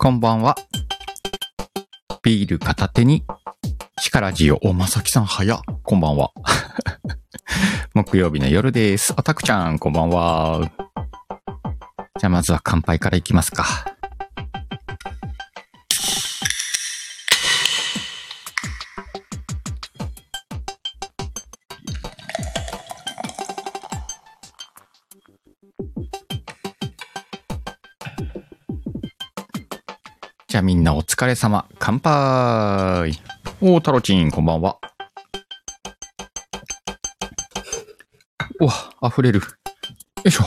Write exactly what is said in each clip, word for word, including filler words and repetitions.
こんばんは。ビール片手にシカラジオ。お、まさきさん早っ。こんばんは。木曜日の夜です。あたくちゃん、こんばんは。じゃあまずは乾杯からいきますか。じゃあみんなお疲れ様。乾杯。おー、タロチン、こんばんは。うわ、溢れる。よいしょ。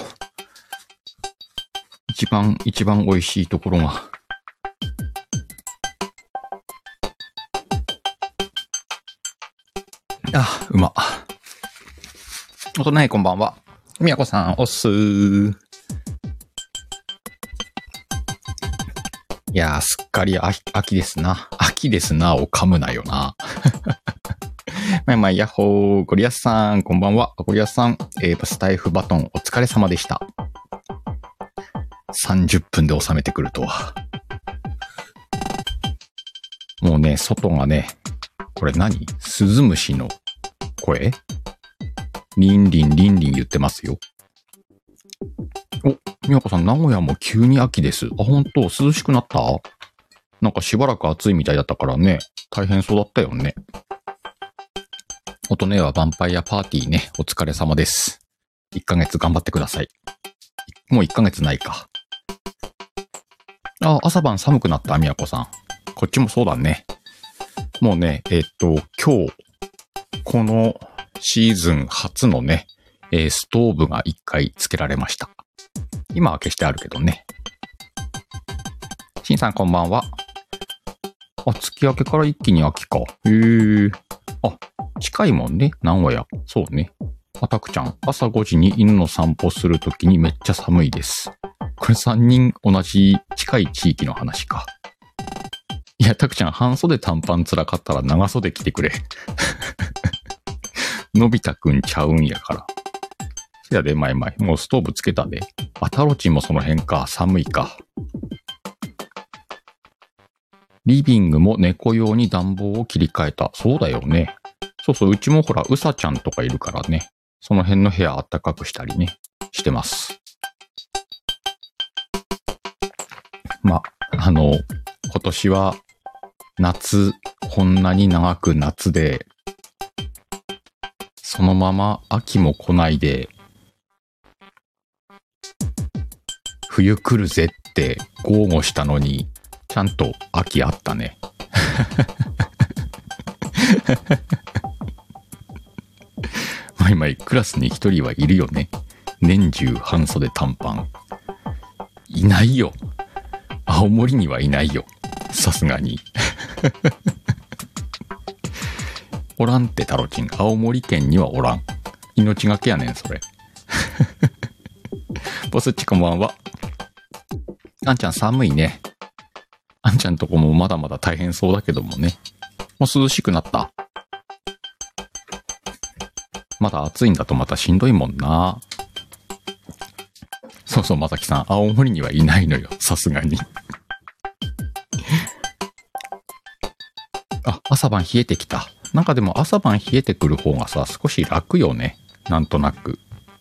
一番、一番美味しいところが。あ、うま。おとね、こんばんは。みやこさん、おっすー。いやー、すっかり秋、秋ですな。秋ですなを噛むなよな。まいまい、やっほー。ゴリアスさん、こんばんは。ゴリアスさん、えー、スタイフバトン、お疲れ様でした。さんじゅっぷんで収めてくるとは。もうね、外がね、これ何？スズムシの声？リンリンリンリン言ってますよ。お、みやこさん、名古屋も急に秋です。あ、ほんと、涼しくなった？なんかしばらく暑いみたいだったからね、大変そうだったよね。おとねはヴァンパイアパーティーね、お疲れ様です。いっかげつ頑張ってください。もういっかげつないか。あ、朝晩寒くなった、みやこさん。こっちもそうだね。もうね、えー、っと、今日、このシーズン初のね、えー、ストーブがいっかいつけられました。今は消してあるけどね。しんさんこんばんは。あ、月明けから一気に秋か。へー。あ、近いもんね、名古屋。そうね。あたくちゃん、朝ごじに犬の散歩するときにめっちゃ寒いです。これさんにん同じ近い地域の話か。いや、たくちゃん、半袖短パン辛かったら長袖着てくれ。のび太くんちゃうんやから。せやで、まいまい。もうストーブつけたで。あ、タロチンもその辺か。寒いか。リビングも猫用に暖房を切り替えた。そうだよね。そうそう、うちもほら、うさちゃんとかいるからね。その辺の部屋暖かくしたりね、してます。ま、あの、今年は、夏、こんなに長く夏で、そのまま秋も来ないで、冬来るぜって豪語したのに、ちゃんと秋あったね。まいまい、クラスに一人はいるよね。年中半袖短パン。いないよ。青森にはいないよ。さすがに。おらんってタロチン。青森県にはおらん。命がけやねん、それ。ボスッチこんばんは。あんちゃん寒いね。あんちゃんとこもまだまだ大変そうだけどもね。もう涼しくなった。まだ暑いんだとまたしんどいもんな。そうそう、まさきさん。青森にはいないのよ。さすがに。あ、朝晩冷えてきた。なんかでも朝晩冷えてくる方がさ、少し楽よね。なんとなく。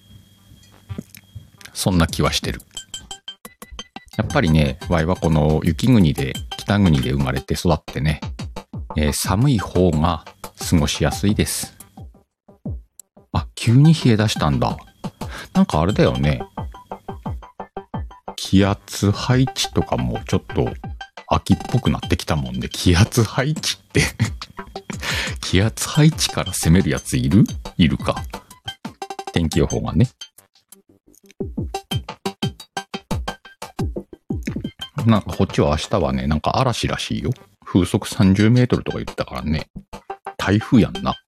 そんな気はしてる。やっぱりね、わいはこの雪国で、北国で生まれて育ってね、えー、寒い方が過ごしやすいです。あ、急に冷え出したんだ。なんかあれだよね。気圧配置とかもちょっと秋っぽくなってきたもんで、気圧配置って気圧配置から攻めるやついる？いるか。天気予報がね。なんかこっちは明日はね、なんか嵐らしいよ。風速さんじゅうメートルとか言ってたからね。台風やんな。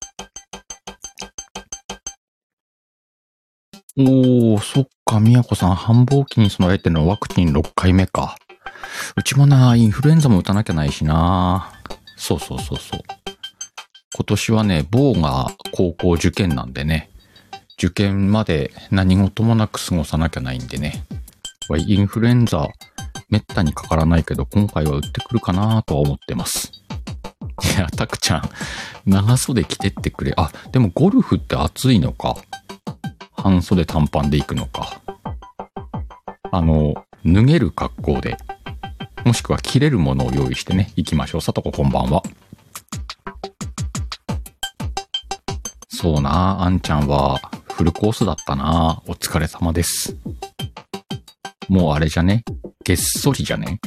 おー、そっか、みやこさん、繁忙期に備えてのワクチンろっかいめか。うちもな、インフルエンザも打たなきゃないしな。そうそうそうそう。今年はね、坊が高校受験なんでね、受験まで何事もなく過ごさなきゃないんでね。インフルエンザめったにかからないけど、今回は売ってくるかなとは思ってます。いや、たくちゃん、長袖着てってくれ。あ、でもゴルフって暑いのか。半袖短パンで行くのか。あの、脱げる格好で、もしくは着れるものを用意してね、行きましょう。さとここんばんは。そうな、あんちゃんはフルコースだったな。お疲れ様です。もうあれじゃね？げっそりじゃね？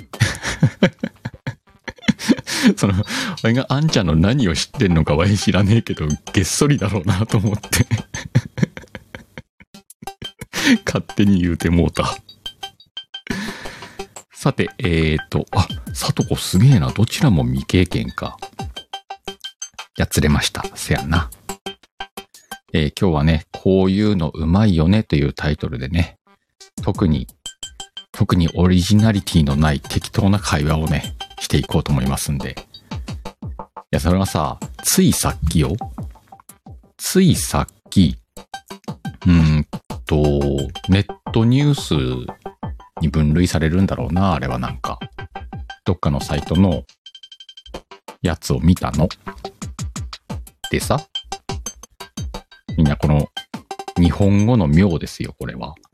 その、俺があんちゃんの何を知ってんのかは知らねえけど、げっそりだろうなと思って。勝手に言うてもうた。さて、えーと、あ、さとこすげえな。どちらも未経験か。やつれました。せやな。えー、今日はね、こういうのうまいよねというタイトルでね、特に、特にオリジナリティのない適当な会話をね、していこうと思いますんで。いや、それはさ、ついさっきよ。ついさっき、うーんと、ネットニュースに分類されるんだろうな、あれはなんか。どっかのサイトのやつを見たの。でさ、みんなこの日本語の妙ですよ、これは。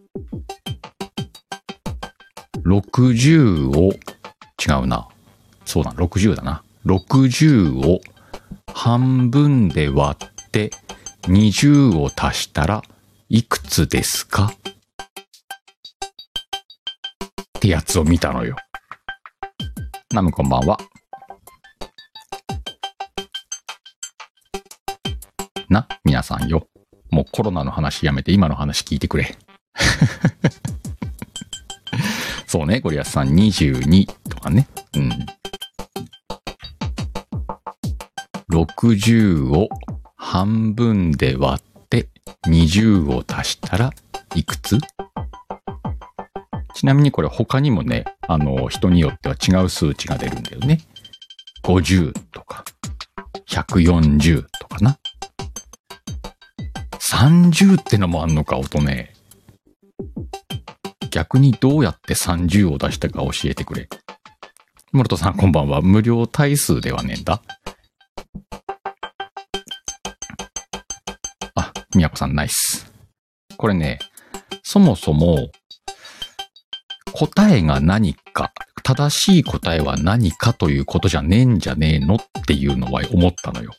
ろくじゅうを、違うな。そうだ、ろくじゅうだな。ろくじゅうを半分で割ってにじゅうを足したらいくつですか？ってやつを見たのよ。ナムこんばんは。な、皆さんよ。もうコロナの話やめて今の話聞いてくれ。そうね、ゴリアスさんにじゅうにとかね。うん。ろくじゅうを半分で割ってにじゅうを足したらいくつ？ちなみにこれ他にもね、あの、人によっては違う数値が出るんだよね。ごじゅうとか、ひゃくよんじゅうとかな。さんじゅうってのもあんのか、音ね。逆にどうやってさんじゅうを出したか教えてくれ。モルトさんこんばんは。無料対数ではねえんだ。あ、みやこさんナイス。これね、そもそも、答えが何か、正しい答えは何かということじゃねえんじゃねえのっていうのは思ったのよ。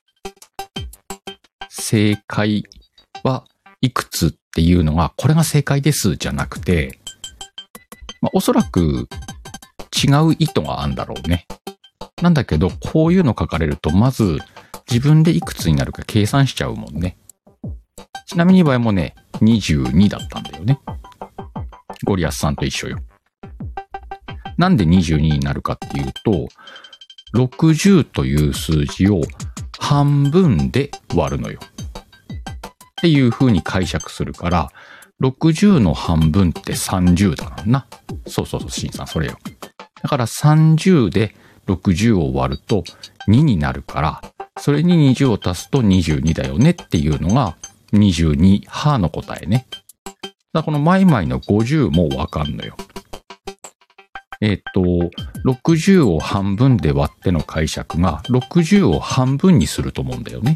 正解はいくつっていうのが、これが正解ですじゃなくて、まあ、おそらく違う意図があるんだろうね。なんだけど、こういうの書かれると、まず自分でいくつになるか計算しちゃうもんね。ちなみに場合もね、にじゅうにだったんだよね。ゴリアスさんと一緒よ。なんでにじゅうにになるかっていうと、ろくじゅうという数字を半分で割るのよ。っていう風に解釈するから、ろくじゅうの半分ってさんじゅうだからな。そうそうそう、シンさん、それよ。だからさんじゅうでろくじゅうを割るとにになるから、それににじゅうを足すとにじゅうにだよねっていうのがにじゅうにはの答えね。だからこのマイマイのごじゅうもわかんのよ。えっと、ろくじゅうを半分で割っての解釈がろくじゅうを半分にすると思うんだよね。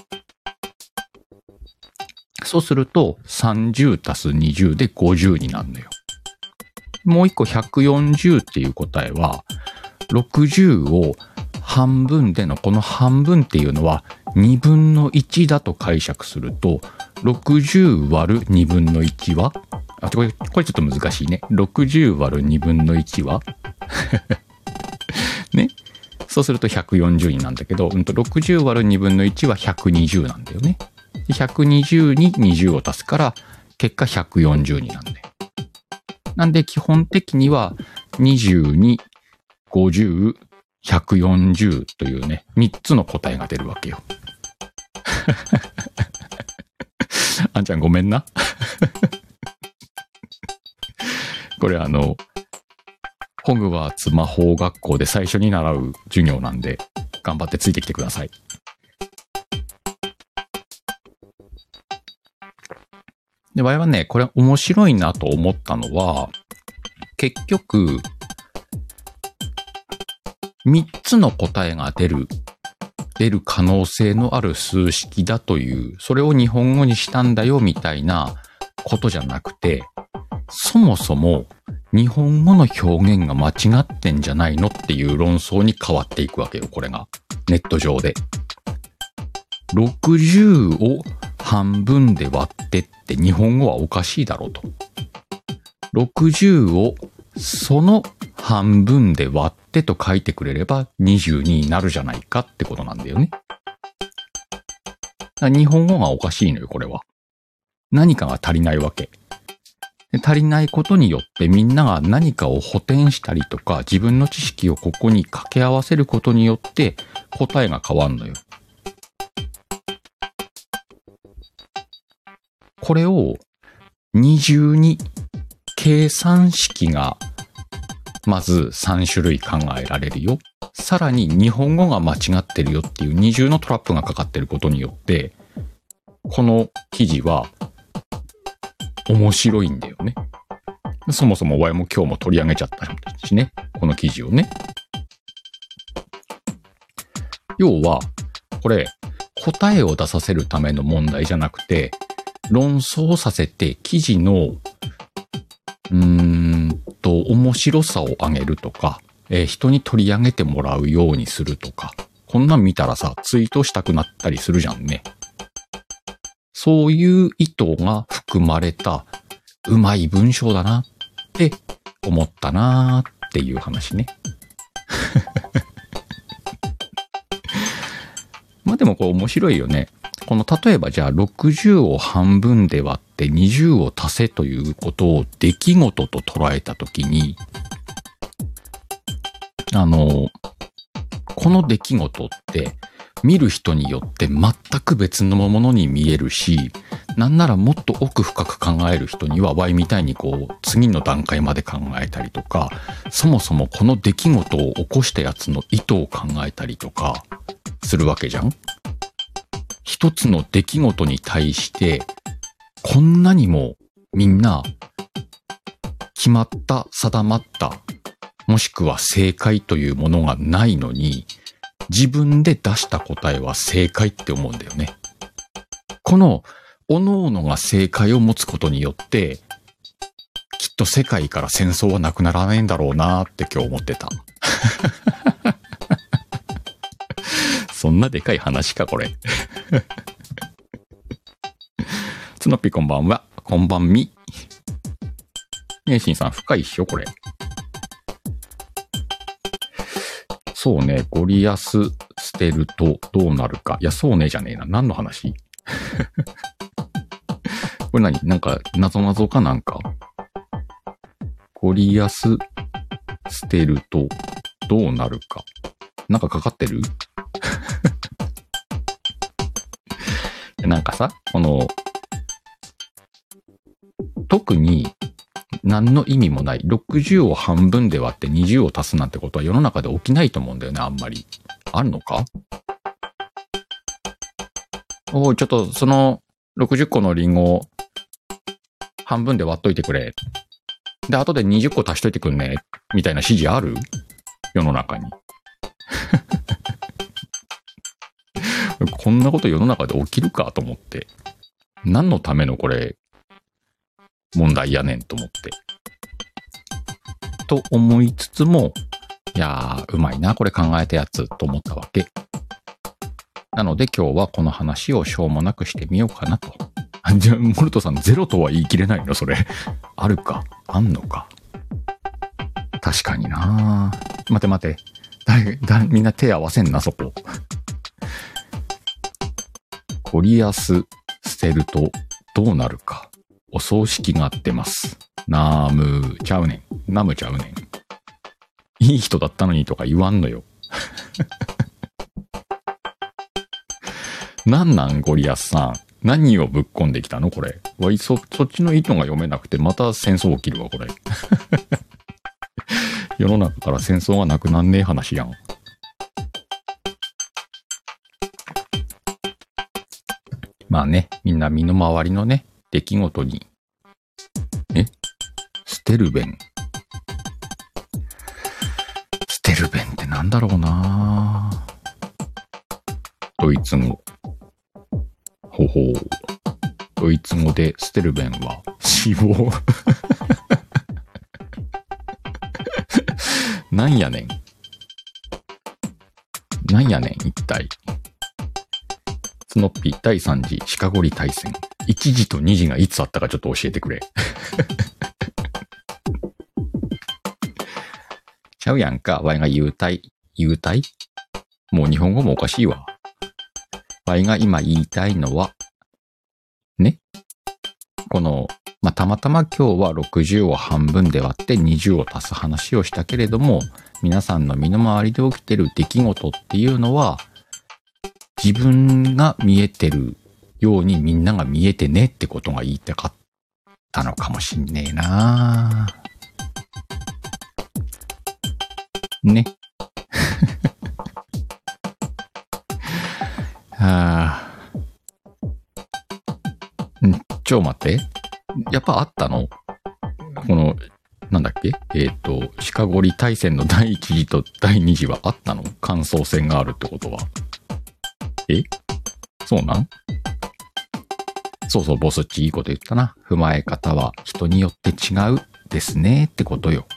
そうするとさんじゅう足すにじゅうでごじゅうになるのよ。もう一個ひゃくよんじゅうっていう答えは、ろくじゅうを半分でのこの半分っていうのはにぶんのいちだと解釈すると、ろくじゅう割るにぶんのいちは、あ、これ、これちょっと難しいね。ろくじゅう割るにぶんのいちはね。そうするとひゃくよんじゅうになんだけど、うんとろくじゅう割るにぶんのいちはひゃくにじゅうなんだよね。ひゃくにじゅうににじゅうを足すから、結果ひゃくよんじゅうになんで。なんで基本的にはにじゅうに、ごじゅう、ひゃくよんじゅうというね、みっつの答えが出るわけよ。あんちゃんごめんな。これあの、ホグワーツ魔法学校で最初に習う授業なんで、頑張ってついてきてください。で、我々はね、これ面白いなと思ったのは、結局、 みっつの答えが出る、出る可能性のある数式だという、それを日本語にしたんだよみたいなことじゃなくて、そもそも日本語の表現が間違ってんじゃないのっていう論争に変わっていくわけよ、これが。ネット上で。ろくじゅうを半分で割ってって日本語はおかしいだろうと。ろくじゅうをその半分で割ってと書いてくれればにじゅうにになるじゃないかってことなんだよね。日本語がおかしいのよ、これは。何かが足りないわけ。で足りないことによってみんなが何かを補填したりとか自分の知識をここに掛け合わせることによって答えが変わるのよ。これを二重に計算式がまずさん種類考えられるよ。さらに日本語が間違ってるよっていう二重のトラップがかかってることによってこの記事は面白いんだよね。そもそも我も今日も取り上げちゃったしね。この記事をね。要は、これ、答えを出させるための問題じゃなくて、論争させて記事の、うーんと、面白さを上げるとか、えー、人に取り上げてもらうようにするとか、こんなん見たらさ、ツイートしたくなったりするじゃんね。そういう意図が含まれたうまい文章だなって思ったなっていう話ね。まあでもこれ面白いよね。この例えばじゃあろくじゅうを半分で割ってにじゅうを足せということを出来事と捉えたときに、あの、この出来事って見る人によって全く別のものに見えるし、なんならもっと奥深く考える人には Y みたいにこう次の段階まで考えたりとか、そもそもこの出来事を起こしたやつの意図を考えたりとかするわけじゃん。一つの出来事に対してこんなにもみんな決まった定まったもしくは正解というものがないのに自分で出した答えは正解って思うんだよね。この各々が正解を持つことによってきっと世界から戦争はなくならないんだろうなって今日思ってた。そんなでかい話かこれ。つのぴこんばんは。こんばんみ。ねえしんさん深いっしょこれ。そうね、ゴリアス捨てるとどうなるか。いや、そうねじゃねえな。何の話？これ何？なんか、謎々かなんか。ゴリアス捨てるとどうなるか。なんかかかってる？なんかさ、この、特に何の意味もない。ろくじゅうを半分で割ってにじゅうを足すなんてことは世の中で起きないと思うんだよね、あんまり。あるのか？おい、ちょっとそのろくじゅっこのリンゴを半分で割っといてくれ。で、後でにじゅっこ足しといてくんね。みたいな指示ある？世の中に。こんなこと世の中で起きるかと思って。何のためのこれ、問題やねんと思って。と思いつつも、いやー、うまいな、これ考えたやつと思ったわけ。なので今日はこの話をしょうもなくしてみようかなと。じゃあ、モルトさんゼロとは言い切れないのそれ。あるかあんのか確かにな。待て待て。誰、誰、みんな手合わせんな、そこ。ゴリアス捨てるとどうなるか。お葬式が出ます。ナムちゃうねん。ナムちゃうねん。いい人だったのにとか言わんのよ。なんなんゴリアスさん。何をぶっこんできたのこれ。わい、そ、そっちの意図が読めなくてまた戦争起きるわ、これ。世の中から戦争がなくなんねえ話やん。まあね、みんな身の回りのね、出来事に、え？捨てる弁。捨てるルベンってなんだろうな。ドイツ語。ほほう。ドイツ語でステルベンは死亡。なんやねん。なんやねん、一体。スノッピーだいさん次シカゴリ大戦。いち次とに次がいつあったかちょっと教えてくれ。ちゃうやんか、ワイが言うたい。言うたい？もう日本語もおかしいわ。ワイが今言いたいのは、ね。この、まあ、たまたま今日はろくじゅうを半分で割ってにじゅうを足す話をしたけれども、皆さんの身の回りで起きてる出来事っていうのは、自分が見えてるようにみんなが見えてねってことが言いたかったのかもしんねえなね。はあ。んちょ、待って。やっぱあったの？この、なんだっけ？えっと、シカゴリ大戦のだいいち次とだいに次はあったの？感想戦があるってことは。え？そうなん？そうそう、ボスっちいいこと言ったな。踏まえ方は人によって違うですねってことよ。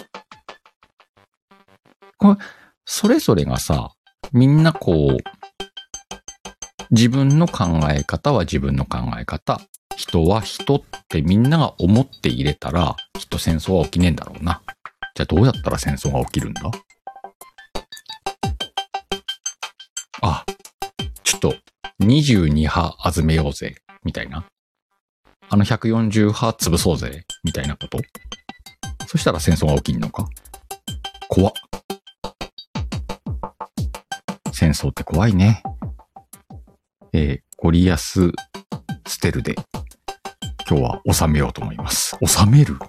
これ、それぞれがさ、みんなこう、自分の考え方は自分の考え方、人は人ってみんなが思って入れたら、きっと戦争は起きねえんだろうな。じゃあどうやったら戦争が起きるんだ？あ、ちょっとにじゅうには集めようぜ、みたいな。あのひゃくよんじゅうは潰そうぜ、みたいなこと？そしたら戦争が起きんのか？怖っ。戦争って怖いね。えー、ゴリアスステルで今日は収めようと思います。収める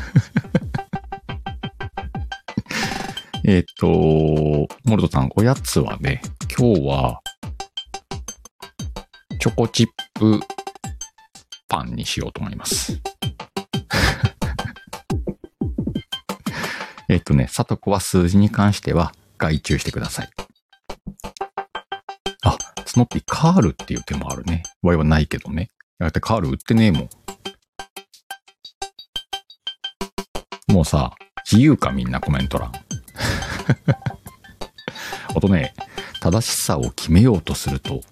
えっと、モルトさん、おやつはね、今日はチョコチップパンにしようと思います。えっとね、さとこは数字に関しては外注してください。あ、スノッピーカールっていう手もあるね。ワイはないけどね。だってカール売ってねえもん。もうさ、自由かみんなコメント欄。あとね、正しさを決めようとすると、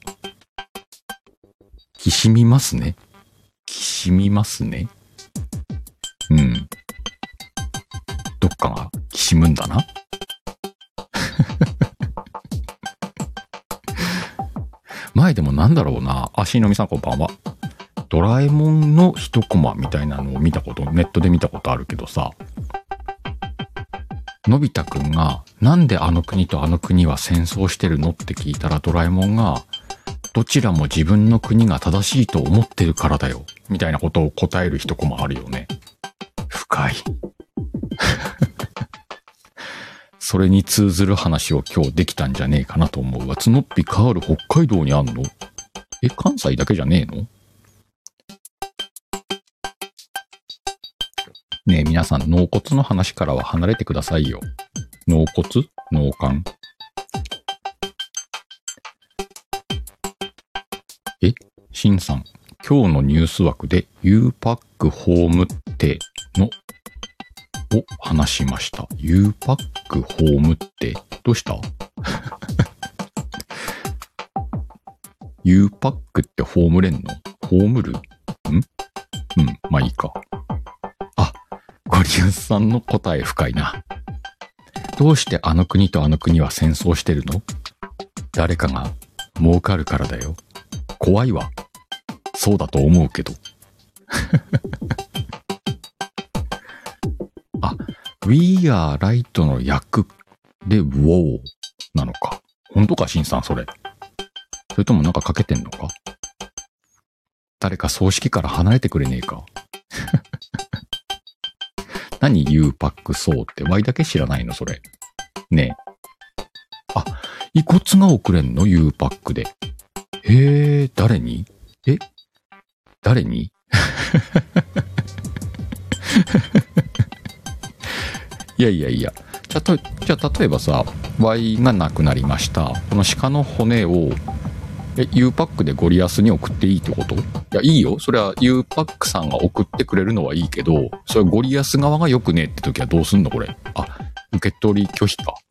きしみますね。きしみますね。うん。どっかがきしむんだな。前でもなんだろうな。あ、しのみさんこんばんは。ドラえもんの一コマみたいなのを見たこと、ネットで見たことあるけどさ、のび太くんがなんであの国とあの国は戦争してるのって聞いたら、ドラえもんがどちらも自分の国が正しいと思ってるからだよみたいなことを答える一コマあるよね。深い。それに通ずる話を今日できたんじゃねえかなと思うわ。ツノッピカール北海道にあんの？え、関西だけじゃねえの？ねえ、皆さん、納骨の話からは離れてくださいよ。納骨？納棺？え、シンさん、今日のニュース枠で ユーパック ホームってのを話しました。ユーパック ホームってどうした？ ユーパック って葬れんの？葬る？ん？うん、まあいいか。あ、ゴリアスさんの答え深いな。どうしてあの国とあの国は戦争してるの？誰かが儲かるからだよ。怖いわ。そうだと思うけど。あ、We are right の訳で Wow なのか。本当か、シンさんそれ。それともなんかかけてんのか。誰か葬式から離れてくれねえか。何 ユーパック そうって Y だけ知らないのそれ。ねえ。あ、遺骨が送れんの ユーパック で。へえ、誰に？え？誰に？いやいやいや、チャッと、じゃあ例えばさ、Y がなくなりました。この鹿の骨を、え、U パックでゴリアスに送っていいってこと？いや、いいよ。それは U パックさんが送ってくれるのはいいけど、それはゴリアス側が良くねえって時はどうすんのこれ。あ、受け取り拒否か。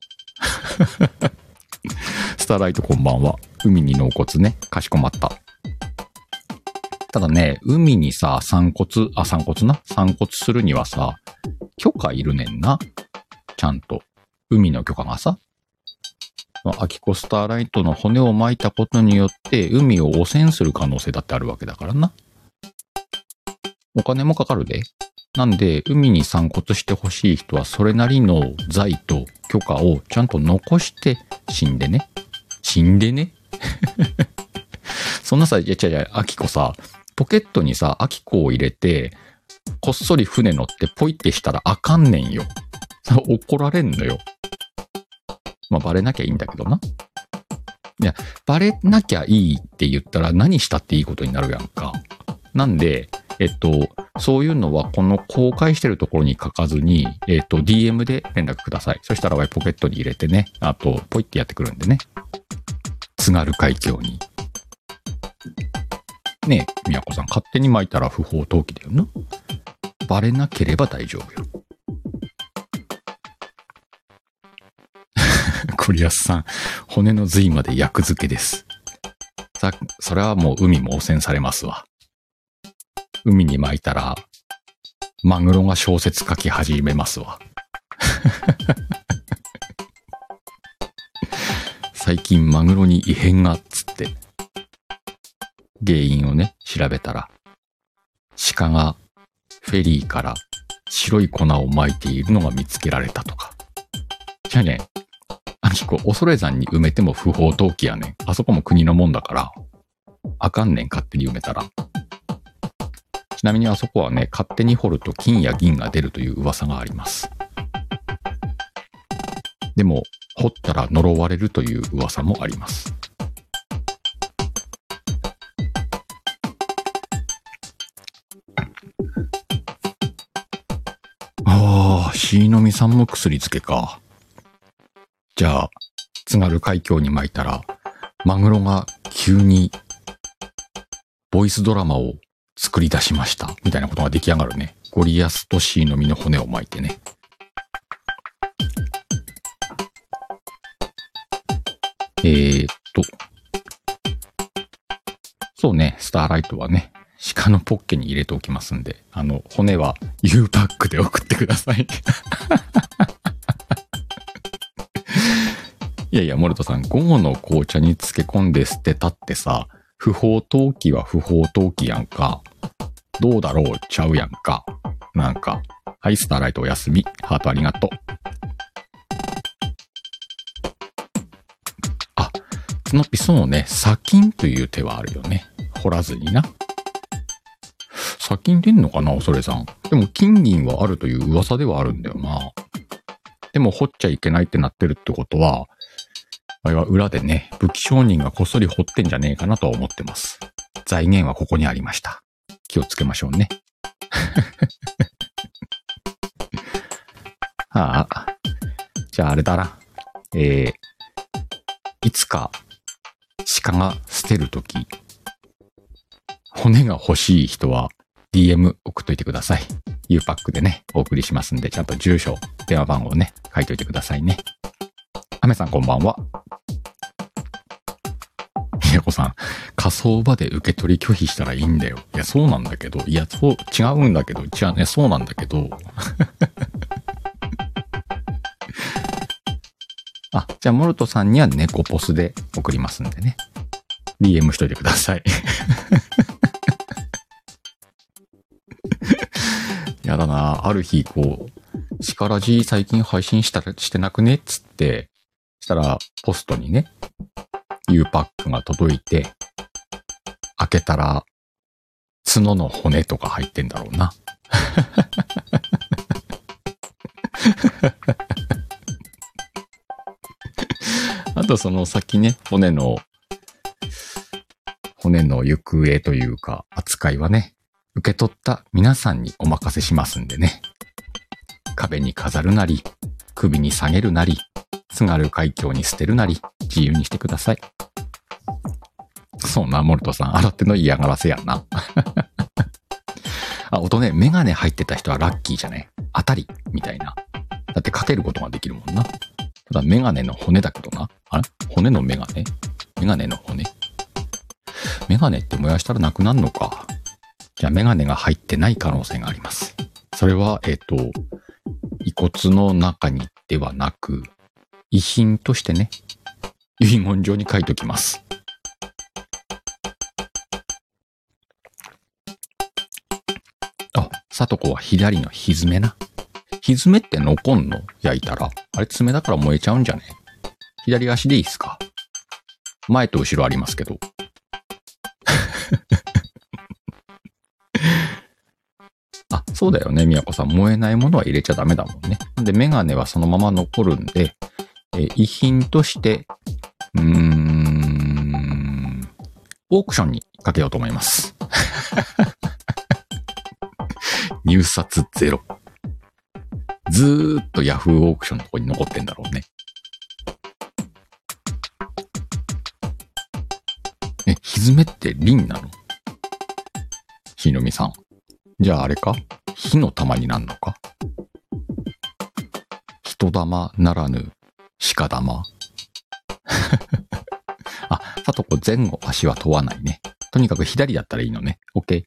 スターライトこんばんは。海に納骨ね。かしこまった。ただね、海にさ、散骨、あ、散骨な。散骨するにはさ、許可いるねんな。ちゃんと。海の許可がさ。アキコスターライトの骨を巻いたことによって海を汚染する可能性だってあるわけだからな。お金もかかるで。なんで海に散骨してほしい人はそれなりの財と許可をちゃんと残して死んでね。死んでね。そんなさ、いや違う違う、アキコさ、ポケットにさ、アキコを入れて、こっそり船乗ってポイってしたらあかんねんよ。怒られんのよ。まあ、バレなきゃいいんだけどな。いや、バレなきゃいいって言ったら何したっていいことになるやんか。なんで、えっと、そういうのはこの公開してるところに書かずに、えっと、ディーエム で連絡ください。そしたらワイポケットに入れてね、あと、ポイってやってくるんでね。津軽海峡に。ねえ、みやこさん、勝手に巻いたら不法投棄だよな。バレなければ大丈夫よ。ゴリアスさん、骨の髄まで役付けです。さ、それはもう海も汚染されますわ。海に巻いたら、マグロが小説書き始めますわ。最近マグロに異変がっつって、原因をね、調べたら、鹿がフェリーから白い粉を撒いているのが見つけられたとか。じゃあね、あきこ、恐山に埋めても不法投棄やねん。あそこも国のもんだから、あかんねん、勝手に埋めたら。ちなみにあそこはね、勝手に掘ると金や銀が出るという噂があります。でも、掘ったら呪われるという噂もあります。ああ、シイノミさんも薬漬けか。じゃあ、津軽海峡に巻いたら、マグロが急に、ボイスドラマを作り出しました。みたいなことが出来上がるね。ゴリアスとシイノミの骨を巻いてね。えーっと。そうね、スターライトはね、鹿のポッケに入れておきますんで、あの、骨は U パックで送ってください。いやいや、モルトさん、午後の紅茶に漬け込んで捨てたってさ、不法投棄は不法投棄やんか。どうだろうちゃうやんか。なんか。はい、スターライトおやすみ。ハートありがとう。あ、ツノッピそうね、砂金という手はあるよね。掘らずにな。砂金出んのかな恐山さん。でも金銀はあるという噂ではあるんだよな。でも掘っちゃいけないってなってるってことは、あれは裏でね、武器商人がこっそり掘ってんじゃねえかなとは思ってます。財源はここにありました。気をつけましょうね。ああ。じゃああれだな。えー、いつか鹿が捨てるとき、骨が欲しい人は ディーエム 送っといてください。U パックでね、お送りしますんで、ちゃんと住所、電話番号ね、書いといてくださいね。アメさんこんばんは。みやこさん、火葬場で受け取り拒否したらいいんだよ。いや、そうなんだけど、いや、そう、違うんだけど、違うね、そうなんだけど。あ、じゃあ、モルトさんには猫ポスで送りますんでね。ディーエム しといてください。やだな、ある日、こう、シカラジ最近配信したらしてなくねっつって、したら、ポストにね、U パックが届いて、開けたら、角の骨とか入ってんだろうな。あとその先ね、骨の、骨の行方というか、扱いはね、受け取った皆さんにお任せしますんでね。壁に飾るなり、 首に下げるなり、津軽海峡に捨てるなり、自由にしてください。そうな、モルトさん、洗っての嫌がらせやんな。あ、音ね、メガネ入ってた人はラッキーじゃね。当たり、みたいな。だってかけることができるもんな。ただメガネの骨だけどな。あれ骨のメガネメガネの骨メガネって燃やしたらなくなるのか。じゃあメガネが入ってない可能性があります。それは、えっと、遺骨の中にではなく、遺品としてね、遺言状に書いておきます。あ、さとこは左のひずめな。ひずめって残んの焼いたら。あれ爪だから燃えちゃうんじゃね？左足でいいっすか？前と後ろありますけど。あ、そうだよね、みやこさん。燃えないものは入れちゃダメだもんね。で、メガネはそのまま残るんで、えー、遺品として、うーん、オークションにかけようと思います。入札ゼロ。ずーっとヤフーオークションのとこに残ってんだろうね。え、ひずめって輪なの？ひのみさん。じゃああれか？火の玉になるのか？人玉ならぬ鹿玉。あ、さとこ前後足は問わないね。とにかく左だったらいいのね。OK。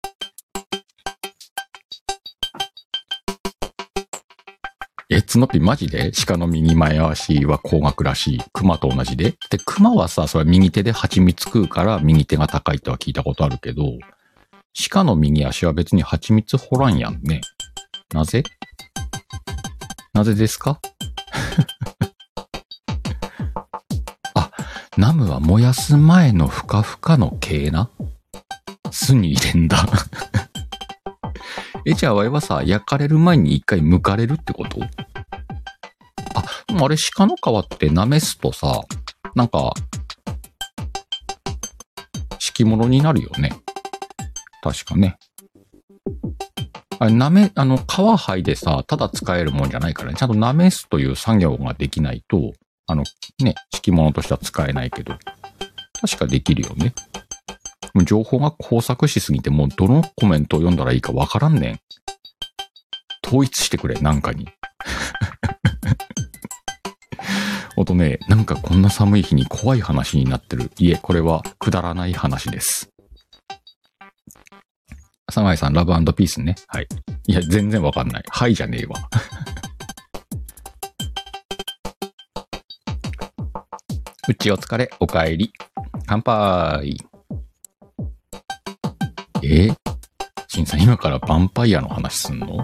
え、ツノピマジで鹿の右前足は高額らしい。熊と同じで。で、熊はさ、それは右手で蜂蜜食うから右手が高いとは聞いたことあるけど、鹿の右足は別に蜂蜜掘らんやんね。なぜ？なぜですか？あ、ナムは燃やす前のふかふかの毛な。巣に入れんだ。え、じゃあわいはさ、焼かれる前に一回剥かれるってこと？あ、でもあれ鹿の皮って舐めすとさ、なんか、敷物になるよね。確かね。あれ、舐め、あの、皮剥いでさ、ただ使えるもんじゃないからね。ちゃんと舐めすという作業ができないと、あの、ね、敷物としては使えないけど、確かできるよね。もう情報が工作しすぎて、もうどのコメントを読んだらいいかわからんねん。統一してくれ、なんかに。ほんとね、なんかこんな寒い日に怖い話になってる。いえ、これはくだらない話です。サマイさん、ラブ&ピースね。はい。いや、全然わかんない。はいじゃねえわ。うちお疲れ、おかえり。乾杯。えー、シンさん、今からヴァンパイアの話すんの？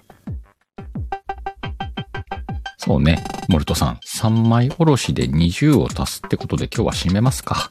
そうね、モルトさん、さんまいおろしでにじゅうを足すってことで今日は締めますか。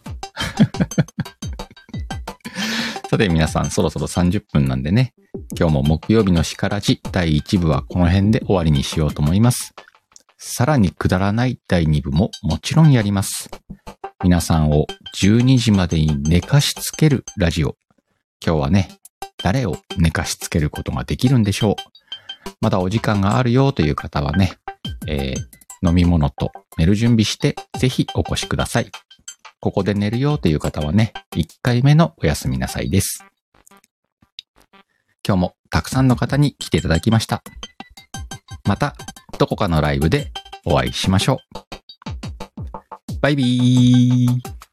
さて皆さん、そろそろさんじゅっぷんなんでね、今日も木曜日のしからじだいいち部はこの辺で終わりにしようと思います。さらにくだらないだいに部ももちろんやります。皆さんをじゅうにじまでに寝かしつけるラジオ。今日はね、誰を寝かしつけることができるんでしょう。まだお時間があるよという方はね、えー、飲み物と寝る準備してぜひお越しください。ここで寝るよという方はね、いっかいめのおやすみなさいです。今日もたくさんの方に来ていただきました。またどこかのライブでお会いしましょう。バイビー。